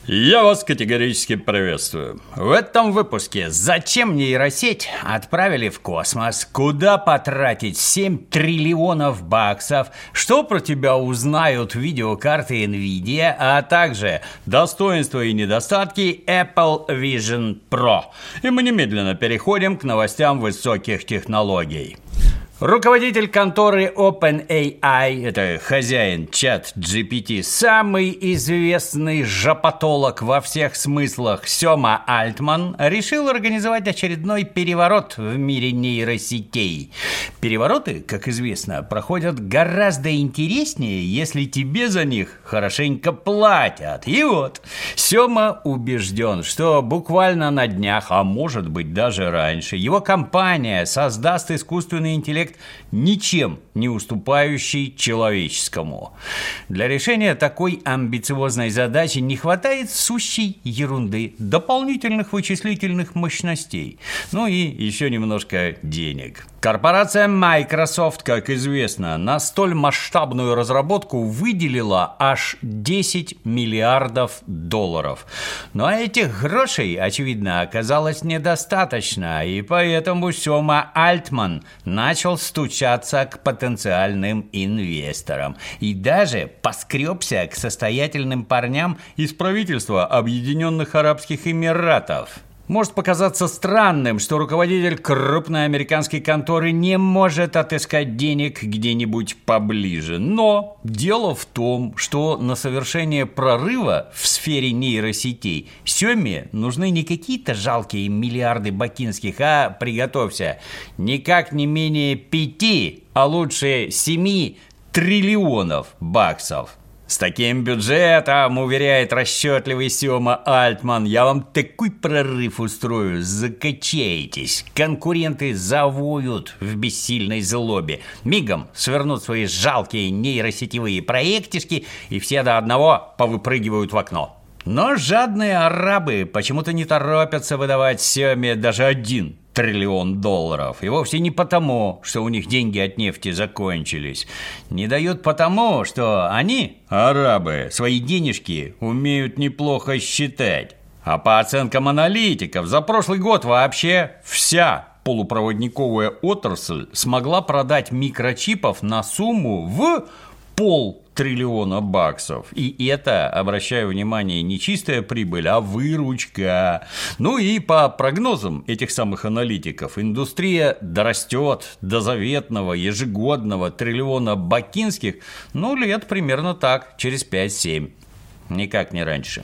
Я вас категорически приветствую. В этом выпуске «Зачем нейросеть отправили в космос?», «Куда потратить 7 триллионов баксов?», «Что про тебя узнают видеокарты NVIDIA?», а также достоинства и недостатки Apple Vision Pro. И мы немедленно переходим к новостям высоких технологий. Руководитель конторы OpenAI, это хозяин ChatGPT, самый известный жопатолог во всех смыслах Сёма Альтман, решил организовать очередной переворот в мире нейросетей. Перевороты, как известно, проходят гораздо интереснее, если тебе за них хорошенько платят. И вот, Сёма убежден, что буквально на днях, а может быть даже раньше, его компания создаст искусственный интеллект, ничем не уступающий человеческому. Для решения такой амбициозной задачи не хватает сущей ерунды, дополнительных вычислительных мощностей, ну и еще немножко денег. Корпорация Microsoft, как известно, на столь масштабную разработку выделила аж 10 миллиардов долларов. Но этих грошей, очевидно, оказалось недостаточно, и поэтому Сёма Альтман начал стучаться к потенциальным инвесторам и даже поскребся к состоятельным парням из правительства Объединенных Арабских Эмиратов. Может показаться странным, что руководитель крупной американской конторы не может отыскать денег где-нибудь поближе. Но дело в том, что на совершение прорыва в сфере нейросетей Сёме нужны не какие-то жалкие миллиарды бакинских, а, приготовься, никак не менее 5, а лучше 7 триллионов баксов. С таким бюджетом, уверяет расчетливый Сёма Альтман, я вам такой прорыв устрою, закачаетесь. Конкуренты завоют в бессильной злобе. Мигом свернут свои жалкие нейросетевые проектишки, и все до одного повыпрыгивают в окно. Но жадные арабы почему-то не торопятся выдавать Сёме даже 1 триллион долларов. И вовсе не потому, что у них деньги от нефти закончились. Не дают потому, что они, арабы, свои денежки умеют неплохо считать. А по оценкам аналитиков, за прошлый год вообще вся полупроводниковая отрасль смогла продать микрочипов на сумму в 500 миллионов баксов. И это, обращаю внимание, не чистая прибыль, а выручка. Ну и по прогнозам этих самых аналитиков, индустрия дорастет до заветного ежегодного триллиона бакинских, лет примерно так, через 5-7. Никак не раньше.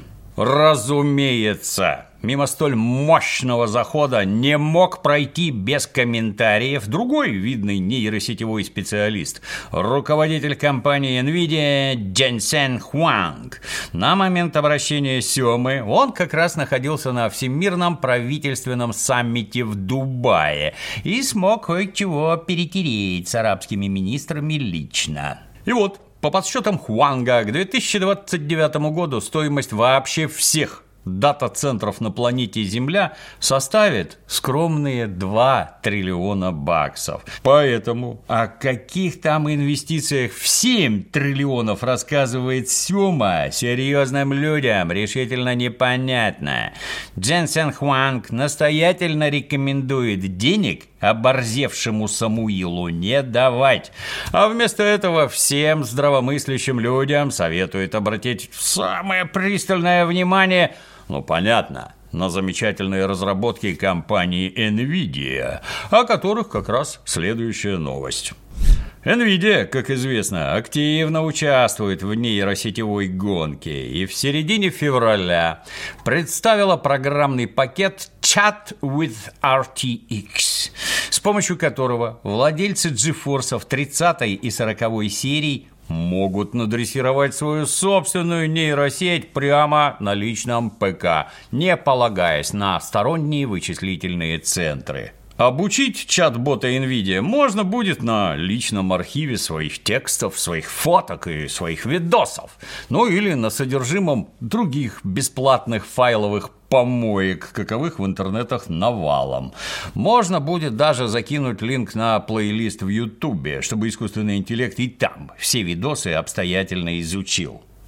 Разумеется, мимо столь мощного захода не мог пройти без комментариев другой видный нейросетевой специалист, руководитель компании NVIDIA Jensen Huang. На момент обращения Сёмы он как раз находился на Всемирном правительственном саммите в Дубае и смог кое-чего перетереть с арабскими министрами лично. И вот, по подсчетам Хуанга, к 2029 году стоимость вообще всех дата-центров на планете Земля составит скромные 2 триллиона баксов. Поэтому о каких там инвестициях в 7 триллионов рассказывает Сёма, серьезным людям решительно непонятно. Дженсен Хуанг настоятельно рекомендует денег оборзевшему Самуилу не давать, а вместо этого всем здравомыслящим людям советует обратить самое пристальное внимание, понятно, на замечательные разработки компании NVIDIA, о которых как раз следующая новость. NVIDIA, как известно, активно участвует в нейросетевой гонке и в середине февраля представила программный пакет Chat with RTX, с помощью которого владельцы GeForce 30 и 40 серий могут надрессировать свою собственную нейросеть прямо на личном ПК, не полагаясь на сторонние вычислительные центры. Обучить чат-бота NVIDIA можно будет на личном архиве своих текстов, своих фоток и своих видосов. Или на содержимом других бесплатных файловых помоек, каковых в интернетах навалом. Можно будет даже закинуть линк на плейлист в Ютубе, чтобы искусственный интеллект и там все видосы обстоятельно изучил.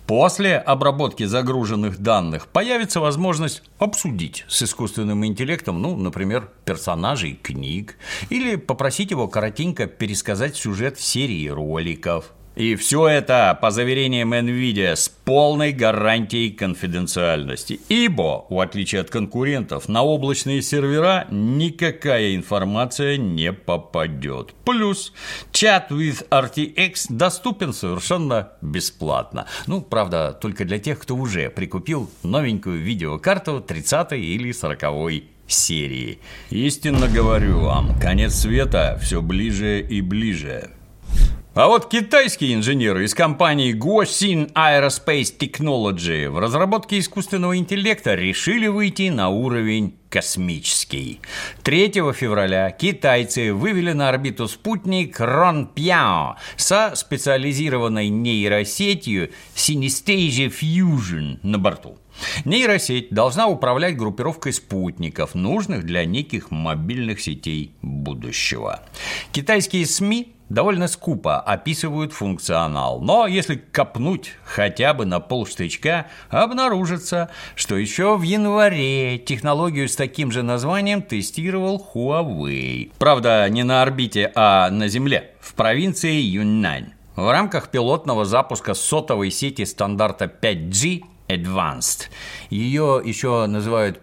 После обработки загруженных данных появится возможность обсудить с искусственным интеллектом, например, персонажей книг, или попросить его коротенько пересказать сюжет серии роликов. И все это, по заверениям NVIDIA, с полной гарантией конфиденциальности. Ибо, в отличие от конкурентов, на облачные сервера никакая информация не попадет. Плюс чат with RTX доступен совершенно бесплатно. Правда, только для тех, кто уже прикупил новенькую видеокарту 30-й или 40-й серии. Истинно говорю вам, конец света все ближе и ближе. А вот китайские инженеры из компании Guoxin Aerospace Technology в разработке искусственного интеллекта решили выйти на уровень космический. 3 февраля китайцы вывели на орбиту спутник Ронпяо со специализированной нейросетью Synesthesia Fusion на борту. Нейросеть должна управлять группировкой спутников, нужных для неких мобильных сетей будущего. Китайские СМИ довольно скупо описывают функционал, но если копнуть хотя бы на полштычка, обнаружится, что еще в январе технологию с таким же названием тестировал Huawei. Правда, не на орбите, а на Земле, в провинции Юньнань. В рамках пилотного запуска сотовой сети стандарта 5G Advanced. Ее еще называют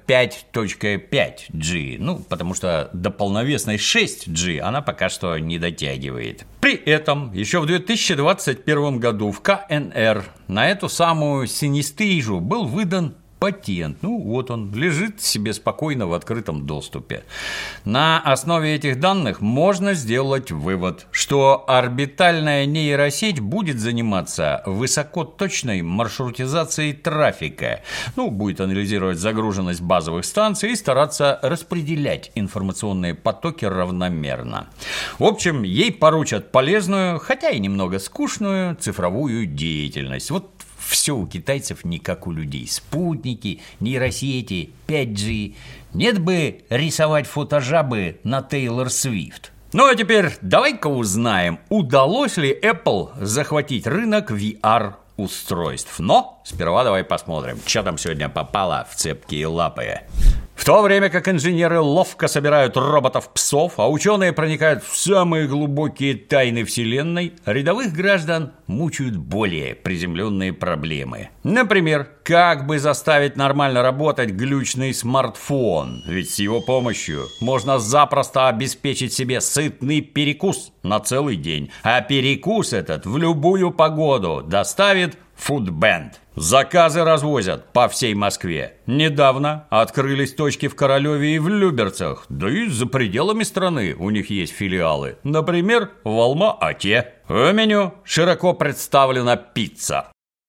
5.5G, потому что до полновесной 6G она пока что не дотягивает. При этом еще в 2021 году в КНР на эту самую синестезию был выдан патент. Вот он лежит себе спокойно в открытом доступе. На основе этих данных можно сделать вывод, что орбитальная нейросеть будет заниматься высокоточной маршрутизацией трафика. Будет анализировать загруженность базовых станций и стараться распределять информационные потоки равномерно. В общем, ей поручат полезную, хотя и немного скучную цифровую деятельность. Все у китайцев не как у людей. Спутники, нейросети, 5G. Нет бы рисовать фотожабы на Тейлор Свифт. А теперь давай-ка узнаем, удалось ли Apple захватить рынок VR-устройств. Но сперва давай посмотрим, что там сегодня попало в цепкие лапы. В то время как инженеры ловко собирают роботов-псов, а ученые проникают в самые глубокие тайны Вселенной, рядовых граждан мучают более приземленные проблемы. Например, как бы заставить нормально работать глючный смартфон? Ведь с его помощью можно запросто обеспечить себе сытный перекус на целый день. А перекус этот в любую погоду доставит Foodband. Заказы развозят по всей Москве. Недавно открылись точки в Королеве и в Люберцах. Да и за пределами страны у них есть филиалы. Например, в Алма-Ате. В меню широко представлена пицца.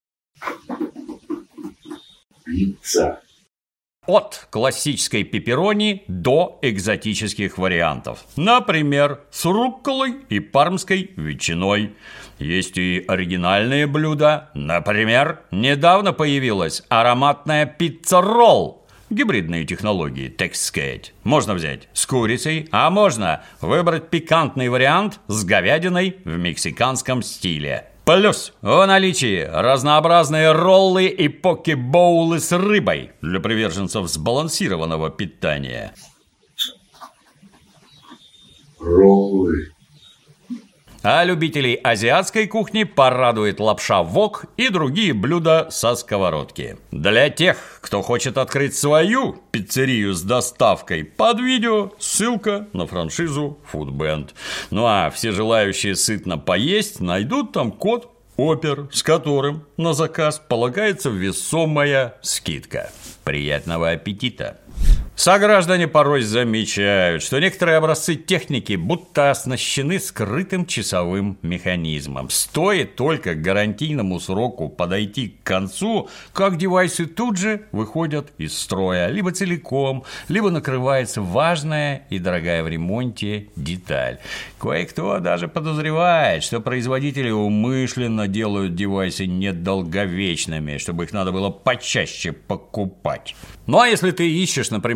Пицца. От классической пепперони до экзотических вариантов. Например, с рукколой и пармской ветчиной. Есть и оригинальные блюда. Например, недавно появилась ароматная пицца-ролл. Гибридные технологии, так сказать. Можно взять с курицей, а можно выбрать пикантный вариант с говядиной в мексиканском стиле. Плюс в наличии разнообразные роллы и поке-боулы с рыбой для приверженцев сбалансированного питания. Роллы. А любителей азиатской кухни порадует лапша вок и другие блюда со сковородки. Для тех, кто хочет открыть свою пиццерию с доставкой, под видео ссылка на франшизу Foodband. А все желающие сытно поесть найдут там код ОПЕР, с которым на заказ полагается весомая скидка. Приятного аппетита! Сограждане порой замечают, что некоторые образцы техники будто оснащены скрытым часовым механизмом. Стоит только к гарантийному сроку подойти к концу, как девайсы тут же выходят из строя, либо целиком, либо накрывается важная и дорогая в ремонте деталь. Кое-кто даже подозревает, что производители умышленно делают девайсы недолговечными, чтобы их надо было почаще покупать. А если ты ищешь, например,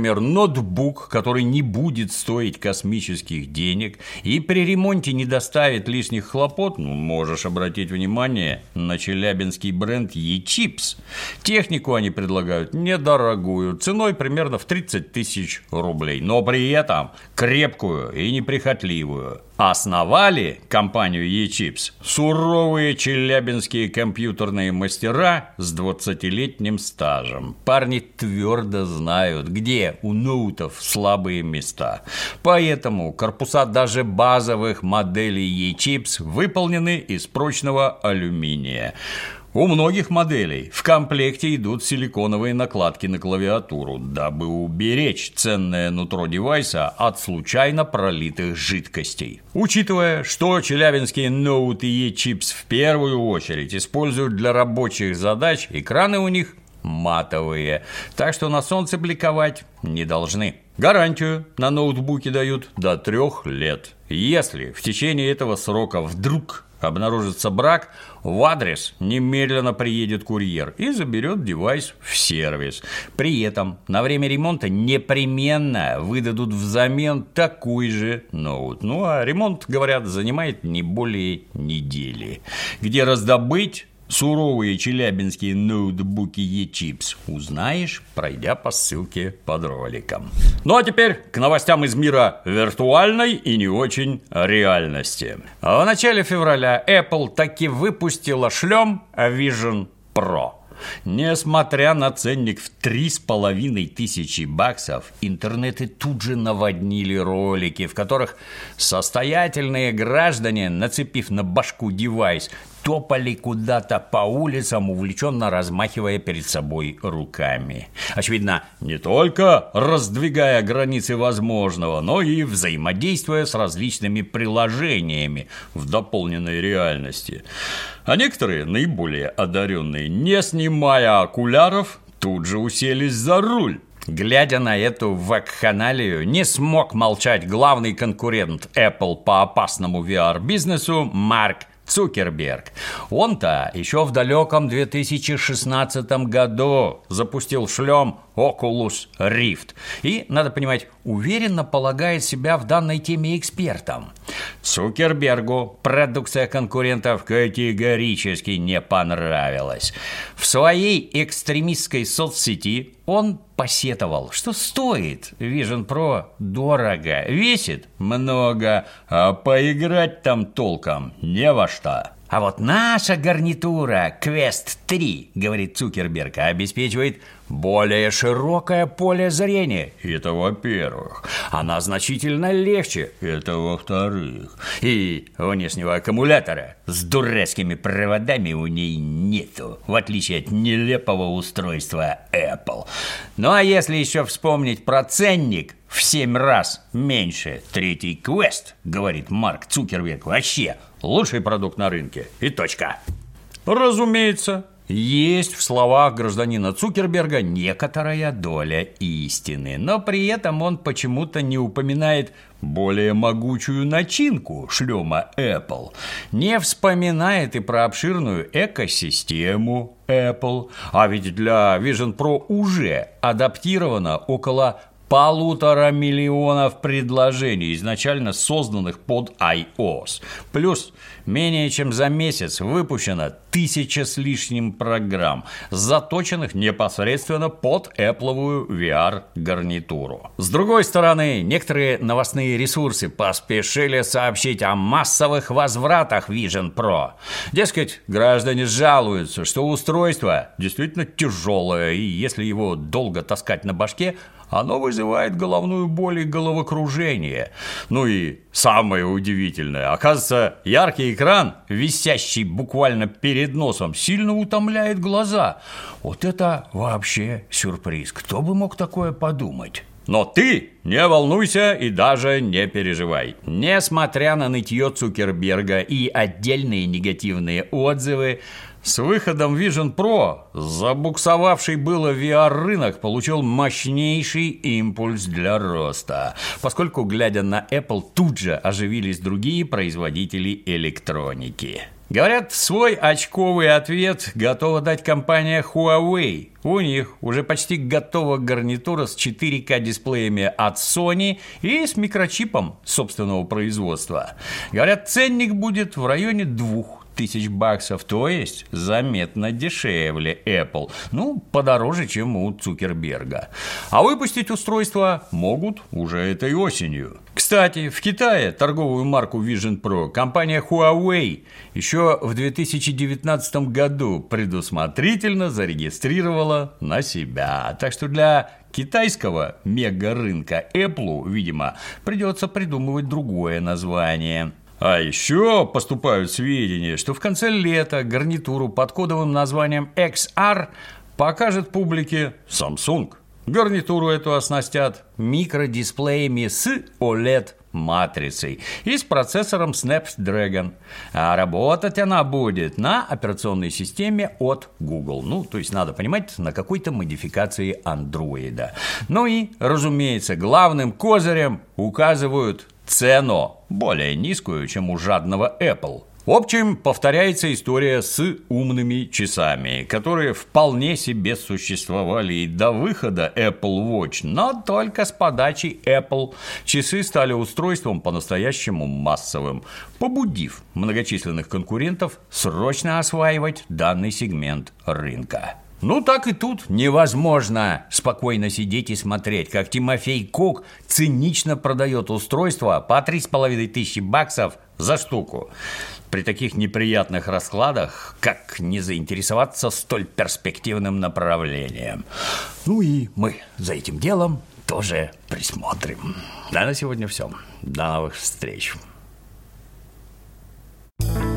например, ноутбук, который не будет стоить космических денег и при ремонте не доставит лишних хлопот, можешь обратить внимание на челябинский бренд E-Chips. Технику они предлагают недорогую, ценой примерно в 30 тысяч рублей, но при этом крепкую и неприхотливую. Основали компанию E-Chips суровые челябинские компьютерные мастера с 20-летним стажем. Парни твердо знают, где у ноутов слабые места. Поэтому корпуса даже базовых моделей E-Chips выполнены из прочного алюминия. У многих моделей в комплекте идут силиконовые накладки на клавиатуру, дабы уберечь ценное нутро девайса от случайно пролитых жидкостей. Учитывая, что челябинские ноуты E-Chips в первую очередь используют для рабочих задач, экраны у них матовые, так что на солнце бликовать не должны. Гарантию на ноутбуки дают до 3 лет. Если в течение этого срока вдруг обнаружится брак, в адрес немедленно приедет курьер и заберет девайс в сервис. При этом на время ремонта непременно выдадут взамен такой же ноут. А ремонт, говорят, занимает не более недели. Где раздобыть суровые челябинские ноутбуки E-Chips, узнаешь, пройдя по ссылке под роликом. А теперь к новостям из мира виртуальной и не очень реальности. В начале февраля Apple таки выпустила шлем Vision Pro. Несмотря на ценник в $3500, интернеты тут же наводнили ролики, в которых состоятельные граждане, нацепив на башку девайс, топали куда-то по улицам, увлеченно размахивая перед собой руками. Очевидно, не только раздвигая границы возможного, но и взаимодействуя с различными приложениями в дополненной реальности. А некоторые, наиболее одаренные, не снимая окуляров, тут же уселись за руль. Глядя на эту вакханалию, не смог молчать главный конкурент Apple по опасному VR-бизнесу Марк Цукерберг. Он-то еще в далеком 2016 году запустил шлем Oculus Rift и, надо понимать, уверенно полагает себя в данной теме экспертом. Цукербергу продукция конкурентов категорически не понравилась. В своей экстремистской соцсети он посетовал, что стоит Vision Pro дорого, весит много, а поиграть там толком не во что. А вот наша гарнитура Quest 3, говорит Цукерберг, обеспечивает более широкое поле зрения. Это во-первых. Она значительно легче. Это во-вторых. И внешнего аккумулятора с дурацкими проводами у ней нету, в отличие от нелепого устройства Apple. А если еще вспомнить про ценник в 7 раз меньше, третий Quest, говорит Марк Цукерберг, вообще лучший продукт на рынке. И точка. Разумеется, есть в словах гражданина Цукерберга некоторая доля истины, но при этом он почему-то не упоминает более могучую начинку шлема Apple, не вспоминает и про обширную экосистему Apple, а ведь для Vision Pro уже адаптировано около 1,5 миллиона предложений, изначально созданных под iOS. Плюс менее чем за месяц выпущено 1000 с лишним программ, заточенных непосредственно под Apple'овую VR-гарнитуру. С другой стороны, некоторые новостные ресурсы поспешили сообщить о массовых возвратах Vision Pro. Дескать, граждане жалуются, что устройство действительно тяжелое, и если его долго таскать на башке, оно вызывает головную боль и головокружение. И самое удивительное, оказывается, яркий экран, висящий буквально перед носом, сильно утомляет глаза. Вот это вообще сюрприз. Кто бы мог такое подумать? Но ты не волнуйся и даже не переживай. Несмотря на нытье Цукерберга и отдельные негативные отзывы, с выходом Vision Pro забуксовавший было VR-рынок получил мощнейший импульс для роста, поскольку, глядя на Apple, тут же оживились другие производители электроники. Говорят, свой очковый ответ готова дать компания Huawei. У них уже почти готова гарнитура с 4К дисплеями от Sony и с микрочипом собственного производства. Говорят, ценник будет в районе $2000, то есть заметно дешевле Apple. Подороже, чем у Цукерберга. А выпустить устройство могут уже этой осенью. Кстати, в Китае торговую марку Vision Pro компания Huawei еще в 2019 году предусмотрительно зарегистрировала на себя. Так что для китайского мега-рынка Apple, видимо, придется придумывать другое название. А еще поступают сведения, что в конце лета гарнитуру под кодовым названием XR покажет публике Samsung. Гарнитуру эту оснастят микродисплеями с OLED-матрицей и с процессором Snapdragon. А работать она будет на операционной системе от Google. То есть, надо понимать, на какой-то модификации Android. И, разумеется, главным козырем указывают цену, более низкую, чем у жадного Apple. В общем, повторяется история с умными часами, которые вполне себе существовали и до выхода Apple Watch, но только с подачи Apple часы стали устройством по-настоящему массовым, побудив многочисленных конкурентов срочно осваивать данный сегмент рынка. Так и тут невозможно спокойно сидеть и смотреть, как Тимофей Кук цинично продает устройство по $3500 за штуку. При таких неприятных раскладах, как не заинтересоваться столь перспективным направлением? И мы за этим делом тоже присмотрим. На сегодня все. До новых встреч.